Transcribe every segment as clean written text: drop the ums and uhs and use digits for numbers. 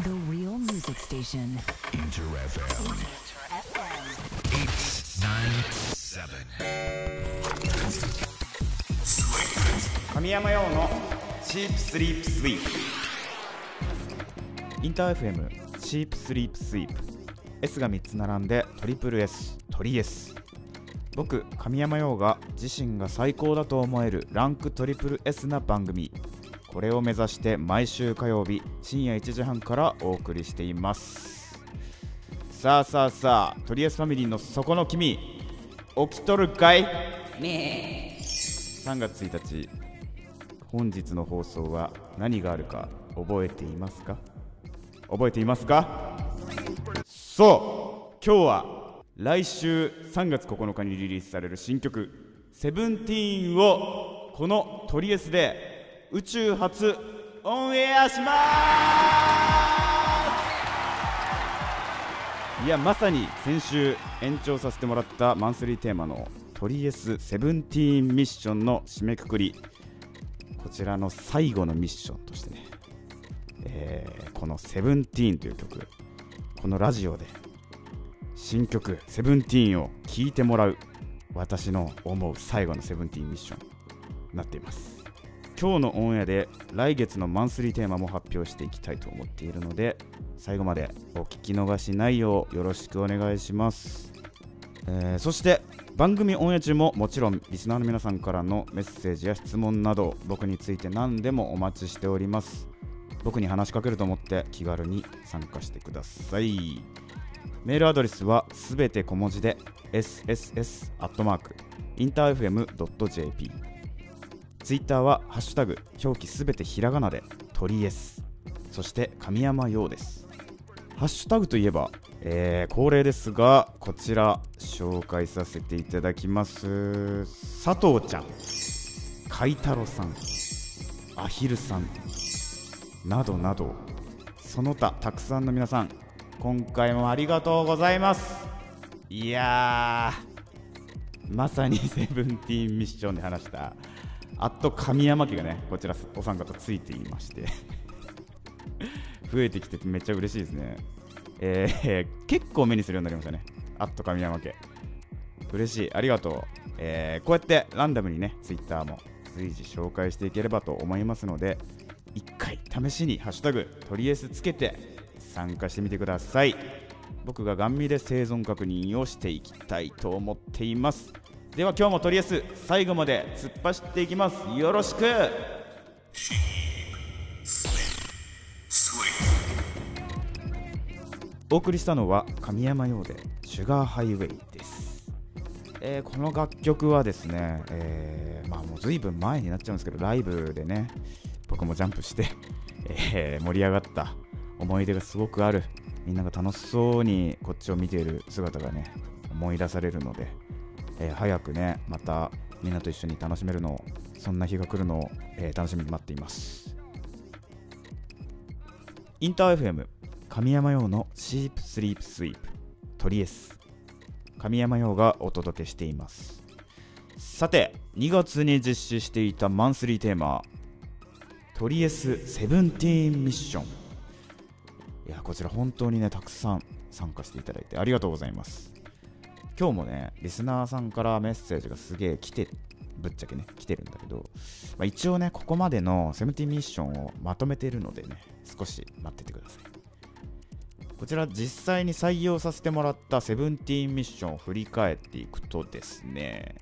The real music station. Inter FM 897. 神山用のチープスリープスイープ。インター FM チープスリープスイープ S が3つ並んでトリプル S トリ S。 僕神山用が自身が最高だと思えるランクトリプル S な番組、これを目指して毎週火曜日深夜1時半からお送りしています。さあトリ S ファミリーの底の君、起きとるかいねえ。3月1日、本日の放送は何があるか覚えていますか？そう、今日は来週3月9日にリリースされる新曲セブンティーンをこのトリエスで宇宙初オンエアしまーす。いや、まさに先週延長させてもらったマンスリーテーマのトリエスセブンティーンミッションの締めくくり、こちらの最後のミッションとしてね、このセブンティーンという曲、このラジオで新曲セブンティーンを聴いてもらう、私の思う最後のセブンティーンミッションになっています。今日のオンエアで来月のマンスリーテーマも発表していきたいと思っているので、最後までお聞き逃しないようよろしくお願いします。そして番組オンエア中ももちろんリスナーの皆さんからのメッセージや質問など僕について何でもお待ちしております。僕に話しかけると思って気軽に参加してください。メールアドレスはすべて小文字で sss@interfm.jp。 ツイッターはハッシュタグ表記すべてひらがなでトリエス、そして神山陽です。ハッシュタグといえば、恒例ですがこちら紹介させていただきます。佐藤ちゃん、海太郎さん、アヒルさんなどなど、その他たくさんの皆さん、今回もありがとうございます。いやー、まさにセブンティーンミッションで話した神山家がね、こちらお三方ついていまして増えてきてめっちゃ嬉しいですね。結構目にするようになりましたね、神山家。嬉しい、ありがとう。こうやってランダムにねツイッターも随時紹介していければと思いますので、一回試しにハッシュタグトリエスつけて参加してみてください。僕がガン見で生存確認をしていきたいと思っています。では今日もトリエス最後まで突っ走っていきます。よろしく。お送りしたのは神山用でシュガーハイウェイです。この楽曲はですね、もう随分前になっちゃうんですけど、ライブでね僕もジャンプして、盛り上がった思い出がすごくある。みんなが楽しそうにこっちを見ている姿がね思い出されるので、早くねまたみんなと一緒に楽しめるのを、そんな日が来るのを、楽しみに待っています。インター FM 神山用のシープスリープスイープトリエス、神山用がお届けしています。さて2月に実施していたマンスリーテーマトリエスセブンティーンミッション、いやこちら本当にねたくさん参加していただいてありがとうございます。今日もねリスナーさんからメッセージがすげえぶっちゃけね来てるんだけど、一応ねここまでのセブンティーンミッションをまとめているのでね、少し待っててください。こちら実際に採用させてもらったセブンティーンミッションを振り返っていくとですね、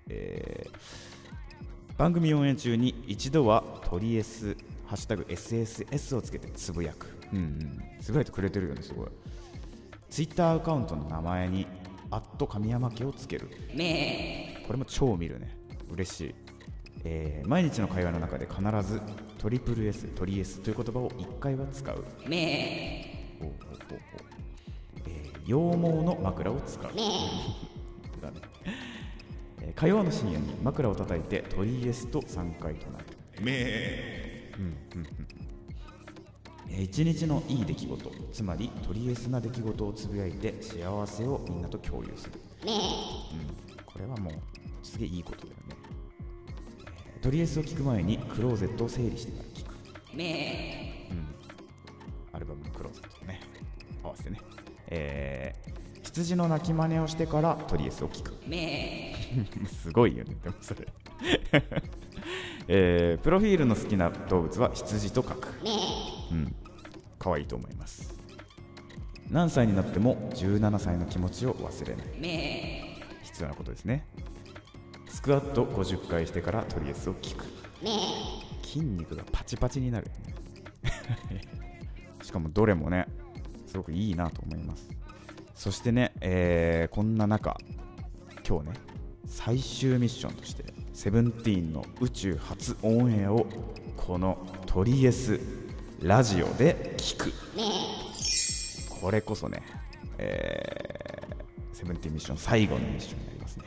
番組応援中に一度はトリエスハッシュタグ SSS をつけてつぶやく、つぶやいてくれてるよね、すごい。ツイッターアカウントの名前に神山家をつける、これも超見るね、嬉しい。毎日の会話の中で必ずトリプル S トリエスという言葉を1回は使う。羊毛の枕を使う。火曜の深夜に枕を叩いてトリエスと3回となる。一日のいい出来事、つまりトリエスな出来事をつぶやいて幸せをみんなと共有する。これはもうすげえいいことだよね。トリエスを聞く前にクローゼットを整理してから聞く。アルバムのクローゼットね。 羊の鳴き真似をしてからトリエスを聞くすごいよねでもそれプロフィールの好きな動物は羊と書く。可愛いと思います。何歳になっても17歳の気持ちを忘れない。必要なことですね。スクワット50回してからトリエスを聞く。筋肉がパチパチになるしかもどれもねすごくいいなと思います。そしてね、こんな中今日ね最終ミッションとしてセブンティーンの宇宙初オンエアをこのトリエスラジオで聞く。これこそね、セブンティーンミッション最後のミッションになりますね。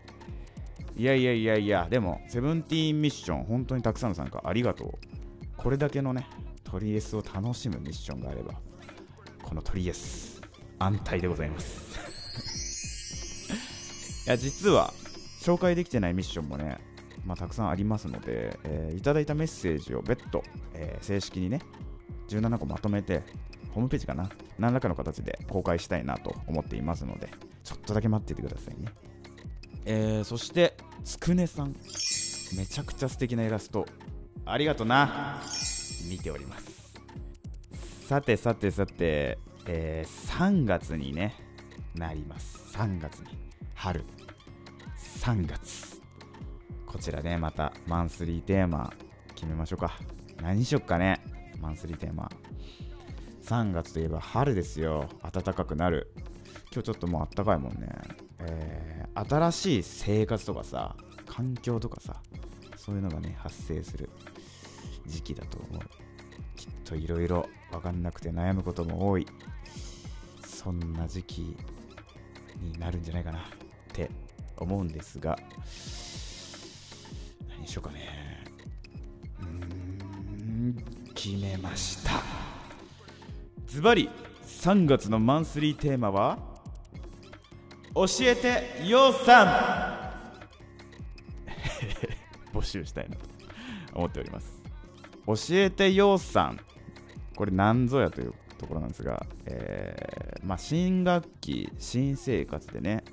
いやでもセブンティーンミッション本当にたくさんの参加ありがとう。これだけのねトリエスを楽しむミッションがあればこのトリエス安泰でございますいや実は紹介できてないミッションもね、たくさんありますので、いただいたメッセージを別途、正式にね17個まとめてホームページかな何らかの形で公開したいなと思っていますのでちょっとだけ待っていてくださいね。そしてつくねさんめちゃくちゃ素敵なイラストありがとな。見ております。さて、3月にねなります。3月に春3月こちらねまたマンスリーテーマ決めましょうか。何しよっかね。マンスリーテーマ3月といえば春ですよ。暖かくなる。今日ちょっともう暖かいもんね。新しい生活とかさ環境とかさそういうのがね発生する時期だと思う。きっといろいろ分かんなくて悩むことも多いそんな時期になるんじゃないかなって思うんですが何しようかね。決めました。ズバリ3月のマンスリーテーマは教えてようさん募集したいなと思っております。教えてようさんこれ何ぞやというところなんですが、新学期新生活でね、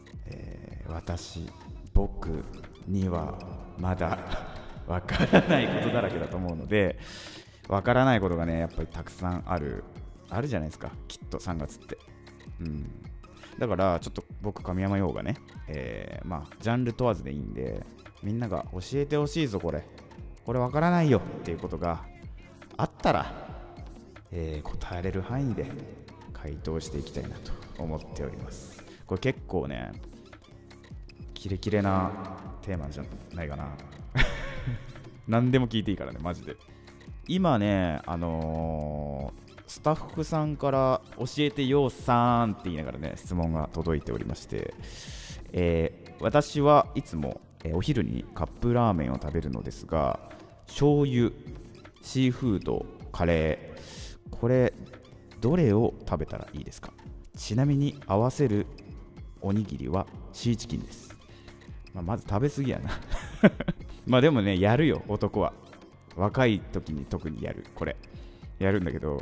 僕にはまだわからないことだらけだと思うのでわからないことがねやっぱりたくさんあるじゃないですかきっと3月って。だからちょっと僕神山陽がね、ジャンル問わずでいいんでみんなが教えてほしいぞこれわからないよっていうことがあったら、答えれる範囲で回答していきたいなと思っております。これ結構ねキレキレなテーマじゃないかな何でも聞いていいからねマジで。今ねスタッフさんから教えてようさんって言いながらね質問が届いておりまして、私はいつも、お昼にカップラーメンを食べるのですが醤油、シーフード、カレーこれどれを食べたらいいですか。ちなみに合わせるおにぎりはシーチキンです。まず食べ過ぎやなでもねやるよ男は。若い時に特にやるんだけど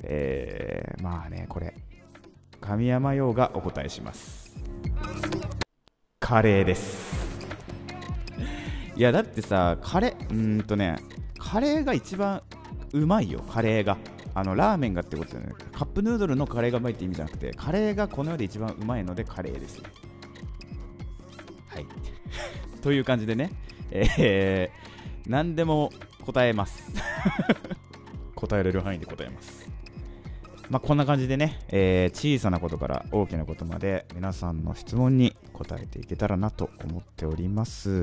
これ神山陽がお答えします。カレーです。いやだってさカレーが一番うまいよ。カレーがラーメンがってことじゃない。カップヌードルのカレーがうまいって意味じゃなくてカレーがこの世で一番うまいのでカレーですね。はいという感じでね、何でも答えます答えれる範囲で答えます。こんな感じでね、小さなことから大きなことまで皆さんの質問に答えていけたらなと思っております。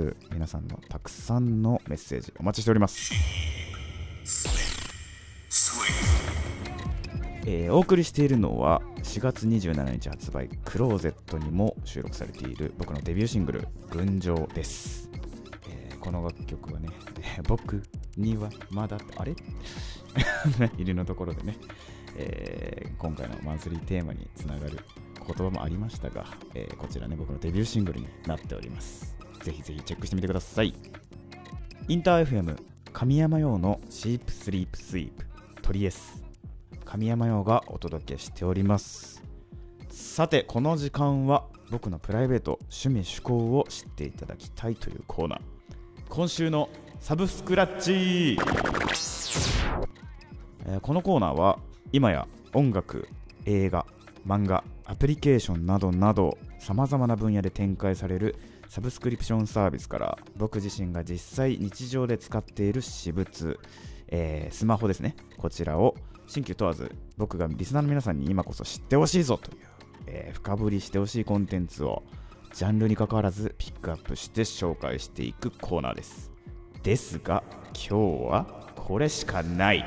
皆さんのたくさんのメッセージお待ちしております。お送りしているのは4月27日発売クローゼットにも収録されている僕のデビューシングル群青です。この楽曲はね僕にはまだあれ入りのところでね、今回のマンスリーテーマにつながる言葉もありましたが、こちらね僕のデビューシングルになっております。ぜひぜひチェックしてみてください。インター FM 神山陽のシープスリープスイープトリエス神山陽がお届けしております。 さてこの時間は僕のプライベート趣味趣向を知っていただきたいというコーナー、今週のサブスクラッチ、このコーナーは今や音楽、映画、漫画、アプリケーションなどなどさまざまな分野で展開されるサブスクリプションサービスから僕自身が実際日常で使っている私物、スマホですね、こちらを新旧問わず僕がリスナーの皆さんに今こそ知ってほしいぞという、深掘りしてほしいコンテンツをジャンルに関わらずピックアップして紹介していくコーナーですが今日はこれしかない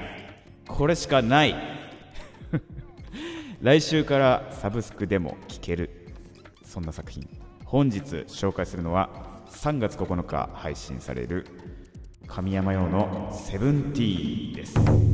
来週からサブスクでも聴ける、そんな作品。本日紹介するのは3月9日配信される神山用のセブンティーンです。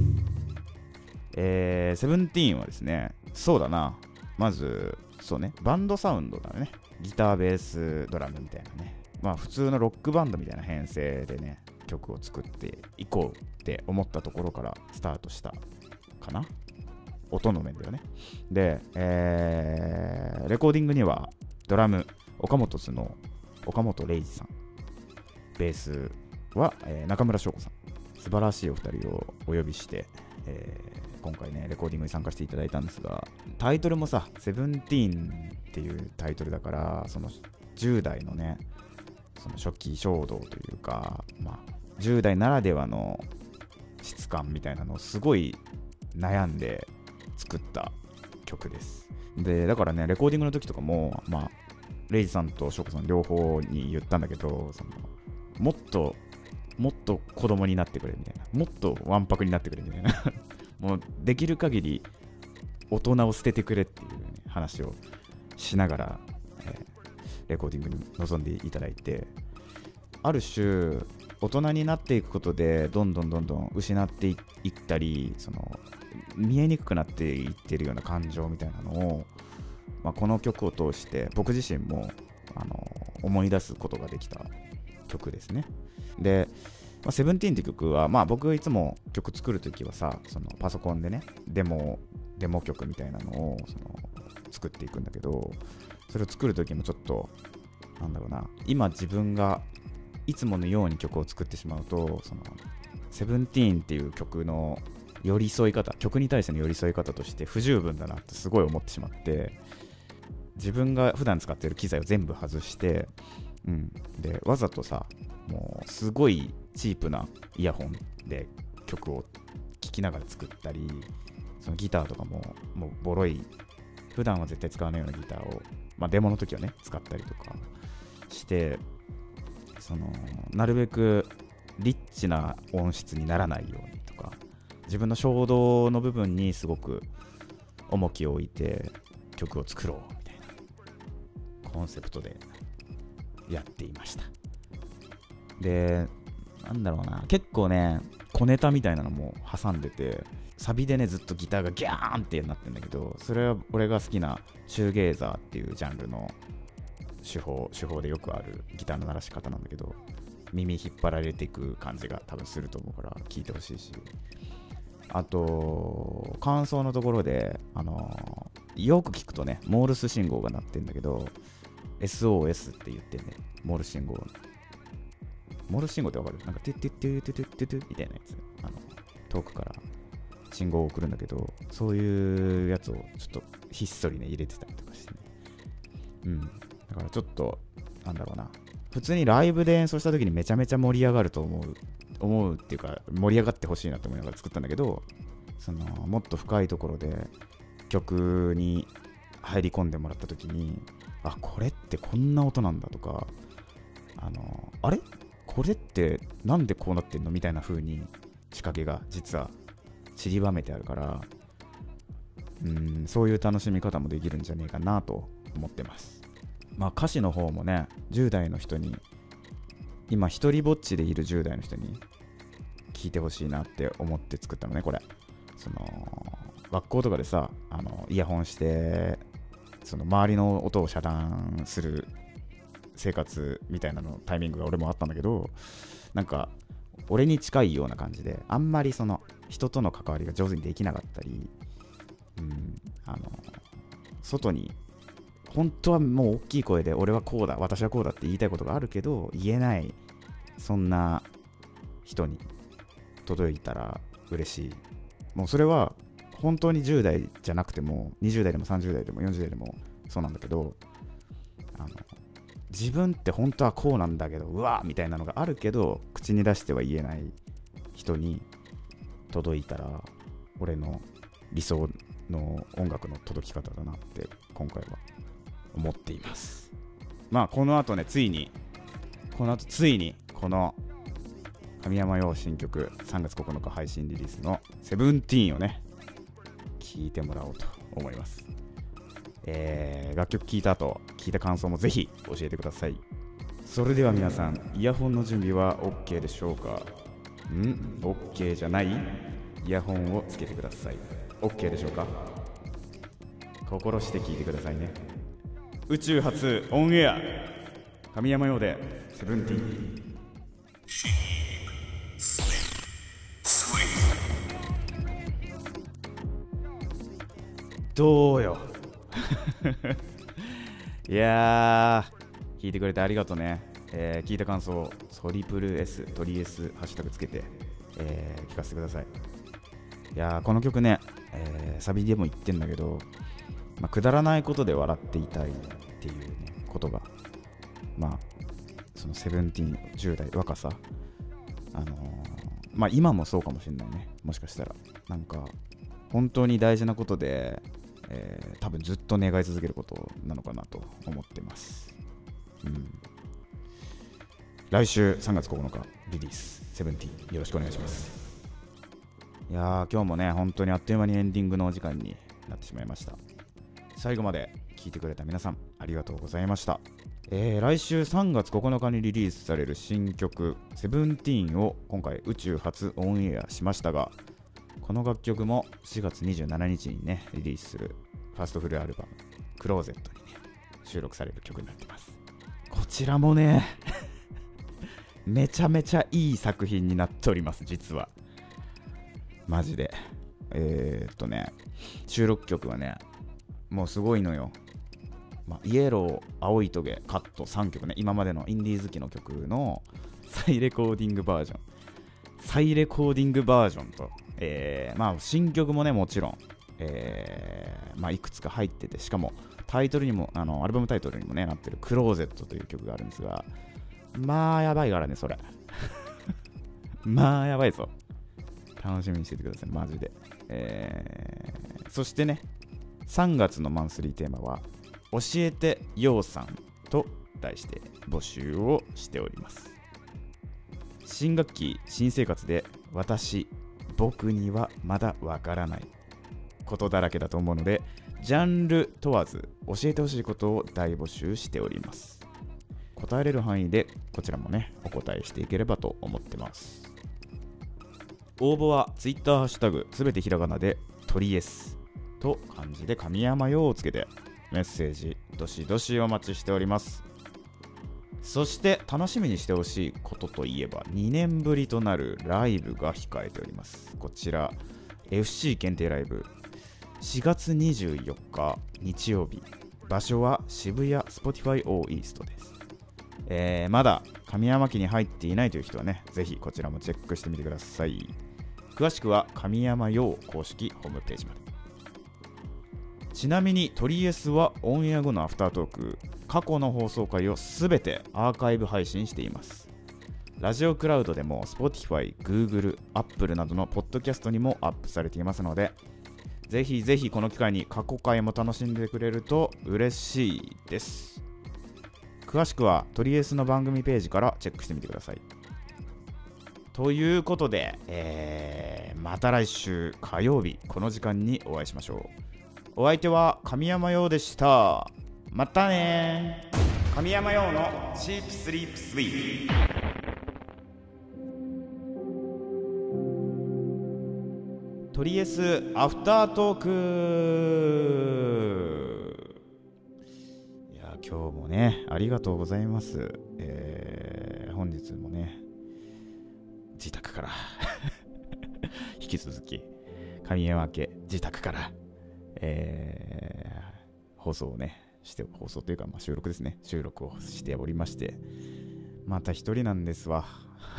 セブンティーンはですね、そうだな、まずそうね、バンドサウンドだね、ギターベースドラムみたいなね、まあ普通のロックバンドみたいな編成でね曲を作っていこうって思ったところからスタートしたかな、音の面だよね。で、レコーディングにはドラム岡本津の岡本玲二さん、ベースは、中村翔子さん、素晴らしいお二人をお呼びして、今回ねレコーディングに参加していただいたんですが、タイトルもさセブンティーンっていうタイトルだから、その10代のねその初期衝動というか、まあ10代ならではの質感みたいなのをすごい悩んで作った曲です。でだからねレコーディングの時とかもまあレイジさんとショコさん両方に言ったんだけど、そのもっと子供になってくれみたいな、もっとわんぱくになってくれみたいなもうできる限り大人を捨ててくれっていう、ね、話をしながら、レコーディングに臨んでいただいて、ある種大人になっていくことでどんどん失っていったり、その見えにくくなっていってるような感情みたいなのを、まあ、この曲を通して僕自身も思い出すことができた曲ですね。で、セブンティーンって曲は、まあ、僕いつも曲作るときはさ、そのパソコンでねデモ曲みたいなのを作っていくんだけど、それを作るときもちょっとなんだろうな、今自分がいつものように曲を作ってしまうと、そのセブンティーンっていう曲の寄り添い方、曲に対しての寄り添い方として不十分だなってすごい思ってしまって、自分が普段使っている機材を全部外して、でわざとさ、もうすごいチープなイヤホンで曲を聴きながら作ったり、そのギターとかもうボロい普段は絶対使わないようなギターを、まあ、デモの時はね使ったりとかして、そのなるべくリッチな音質にならないようにとか、自分の衝動の部分にすごく重きを置いて曲を作ろうみたいなコンセプトでやっていました。で、なんだろうな、結構ね小ネタみたいなのも挟んでて、サビでねずっとギターがギャーンってなってるんだけど、それは俺が好きなシューゲーザーっていうジャンルの手法でよくあるギターの鳴らし方なんだけど、耳引っ張られていく感じが多分すると思うから聴いてほしいし、あと感想のところでよく聞くとねモールス信号が鳴ってんだけど SOS って言ってね、モールス信号ってわかる？なんかテュッテュッテュッテュッテュッテュッテュッみたいなやつ、遠くから信号を送るんだけど、そういうやつをちょっとひっそりね入れてたりとかしてね、だからちょっとなんだろうな、普通にライブで演奏した時にめちゃめちゃ盛り上がると思うっていうか、盛り上がってほしいなと思いながら作ったんだけど、そのもっと深いところで曲に入り込んでもらった時に、あ、これってこんな音なんだとか、あれこれってなんでこうなってんのみたいな風に仕掛けが実は散りばめてあるから、そういう楽しみ方もできるんじゃねえかなと思ってます。まあ歌詞の方もね、10代の人に、今一人ぼっちでいる10代の人に聞いてほしいなって思って作ったのね、これ。その学校とかでさ、イヤホンしてその周りの音を遮断する生活みたいなのタイミングが俺もあったんだけど、なんか俺に近いような感じで、あんまりその人との関わりが上手にできなかったり、 外に本当はもう大きい声で俺はこうだ私はこうだって言いたいことがあるけど言えない、そんな人に届いたら嬉しい。もうそれは本当に10代じゃなくても20代でも30代でも40代でもそうなんだけど、自分って本当はこうなんだけどうわみたいなのがあるけど口に出しては言えない人に届いたら俺の理想の音楽の届き方だなって今回は思っています。まあこの後ついにこの神山陽新曲3月9日配信リリースのセブンティーンをね聴いてもらおうと思います。楽曲聴いた後聞いた感想もぜひ教えてください。それでは皆さんイヤホンの準備は OK でしょうか。OK じゃない？イヤホンをつけてください。 OK でしょうか。心して聞いてくださいね。宇宙初オンエア神山陽でセブンティーン。どうよいやー聞いてくれてありがとうね。聞いた感想トリプル S トリ S ハッシュタグつけて、聞かせてください。いやーこの曲ね、サビでも言ってんだけど、くだらないことで笑っていたいっていうねことがそのセブンティーン10代若さ今もそうかもしれないね。もしかしたらなんか本当に大事なことで多分ずっと願い続けることなのかなと思ってます。来週3月9日リリースセブンティーンよろしくお願いします。いやー今日もね本当にあっという間にエンディングのお時間になってしまいました。最後まで聞いてくれた皆さんありがとうございました。来週3月9日にリリースされる新曲セブンティーンを今回宇宙初オンエアしましたが、この楽曲も4月27日にねリリースするファーストフルアルバムクローゼットにね収録される曲になってます。こちらもねめちゃめちゃいい作品になっております。実はマジで収録曲はねもうすごいのよ。イエロー、青いトゲ、カット3曲ね、今までのインディーズ期の曲の再レコーディングバージョンと、新曲もねもちろん、いくつか入ってて、しかもタイトルにもアルバムタイトルにもねなってるクローゼットという曲があるんですが、やばいからねそれやばいぞ。楽しみにしててくださいマジで。そしてね3月のマンスリーテーマは教えてようさんと題して募集をしております。新学期新生活で僕にはまだわからないことだらけだと思うので、ジャンル問わず教えてほしいことを大募集しております。答えれる範囲でこちらもねお答えしていければと思ってます。応募は Twitter ハッシュタグすべてひらがなでトリエスと漢字で神山用をつけてメッセージどしどしお待ちしております。そして楽しみにしてほしいことといえば2年ぶりとなるライブが控えております。こちら FC 限定ライブ4月24日日曜日、場所は渋谷 Spotify All East です。まだ神山家に入っていないという人はねぜひこちらもチェックしてみてください。詳しくは神山用公式ホームページまで。ちなみにトリエスはオンエア後のアフタートーク過去の放送回をすべてアーカイブ配信しています。ラジオクラウドでも Spotify、Google、Apple などのポッドキャストにもアップされていますので、ぜひぜひこの機会に過去回も楽しんでくれると嬉しいです。詳しくはトリエスの番組ページからチェックしてみてください。ということで、また来週火曜日この時間にお会いしましょう。お相手は神山陽でした。またね。神山陽のチープスリープスイープ。トリエスアフタートーク。いや今日もねありがとうございます。本日もね自宅から引き続き神山家自宅から放送をね放送というか、収録ですね、収録をしておりまして、また一人なんですわ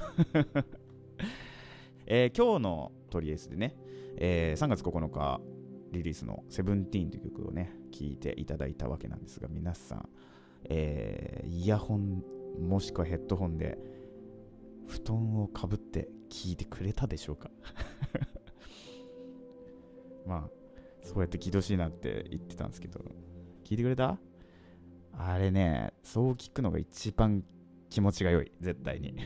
今日のトリエスでね、3月9日リリースのセブンティーンという曲をね聴いていただいたわけなんですが、皆さん、イヤホンもしくはヘッドホンで布団をかぶって聴いてくれたでしょうかそうやって聞いてほしいなって言ってたんですけど、聞いてくれた？あれね、そう聞くのが一番気持ちが良い、絶対に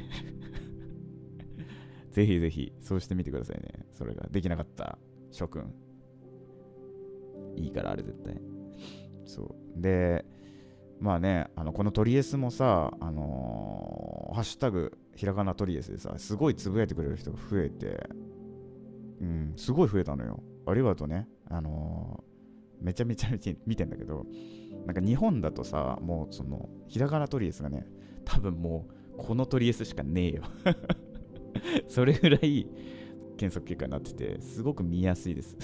ぜひぜひそうしてみてくださいね。それができなかった諸君、いいからあれ絶対。そうで、このトリエスもさ、ハッシュタグひらがなトリエスでさ、すごいつぶやいてくれる人が増えて、すごい増えたのよ。ありがとうね。めちゃめちゃ見てんだけど、なんか日本だとさ、もうそのひらがなトリエスがね、多分もうこのトリエスしかねえよそれぐらい検索結果になってて、すごく見やすいです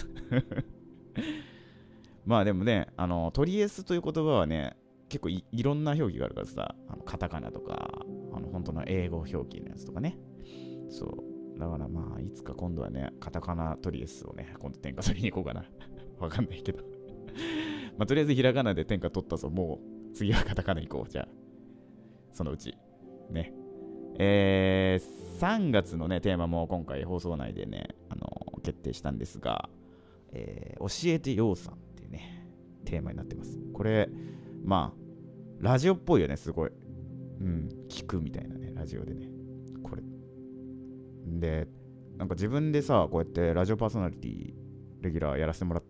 でもね、トリエスという言葉はね、結構 いろんな表記があるからさ、カタカナとか本当の英語表記のやつとかね。そうだからいつか今度はね、カタカナトリエスをね、今度天下取りに行こうかなわかんないけどとりあえずひらがなで天下取ったぞ、もう次はカタカナ行こう。じゃあそのうちね。3月のねテーマも今回放送内でね、決定したんですが、教えてようさんっていうねテーマになってます。これラジオっぽいよね、すごい。聞くみたいなね、ラジオでね。これで、なんか自分でさ、こうやってラジオパーソナリティレギュラーやらせてもらって、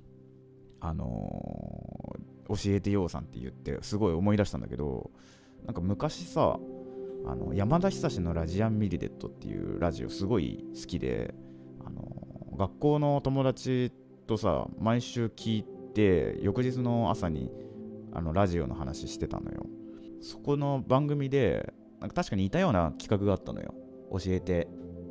教えてようさんって言ってすごい思い出したんだけど、なんか昔さ、山田久志のラジアンミリデットっていうラジオすごい好きで、学校の友達とさ毎週聞いて、翌日の朝にラジオの話してたのよ。そこの番組でなんか確かに似たような企画があったのよ。教えて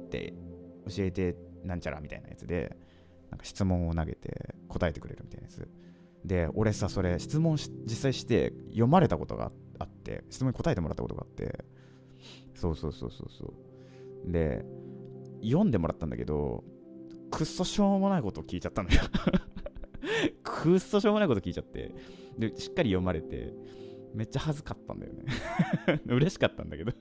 なんちゃらみたいなやつで、なんか質問を投げて答えてくれるみたいなやつで、俺さ、それ質問実際して読まれたことがあって、質問に答えてもらったことがあって、そうで読んでもらったんだけど、くっそしょうもないことを聞いちゃったのよくっそしょうもないこと聞いちゃって、でしっかり読まれてめっちゃ恥ずかったんだよね嬉しかったんだけど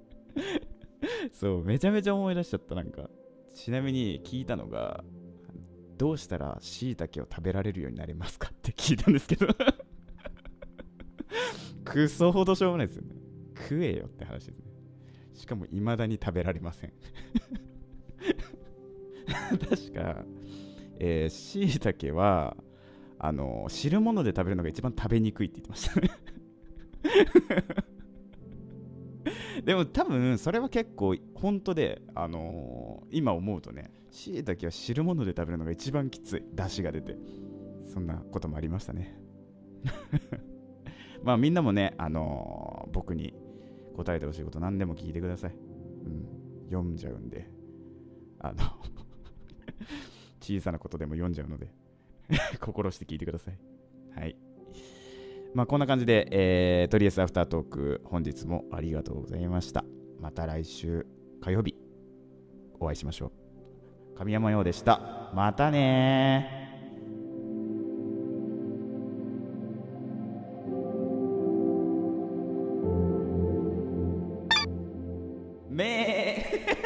そうめちゃめちゃ思い出しちゃった。なんかちなみに聞いたのが、どうしたら椎茸を食べられるようになりますかって聞いたんですけどくそほどしょうもないですよね。食えよって話ですね。しかも未だに食べられません確か椎茸は汁物で食べるのが一番食べにくいって言ってましたねでも多分それは結構本当で、今思うとね、椎茸は汁物で食べるのが一番きつい、出汁が出て、そんなこともありましたねみんなもね、僕に答えてほしいこと何でも聞いてください。読んじゃうんで、小さなことでも読んじゃうので心して聞いてください。はい。こんな感じで、トリエスアフタートーク、本日もありがとうございました。また来週火曜日お会いしましょう。神山陽でした。またねー。めー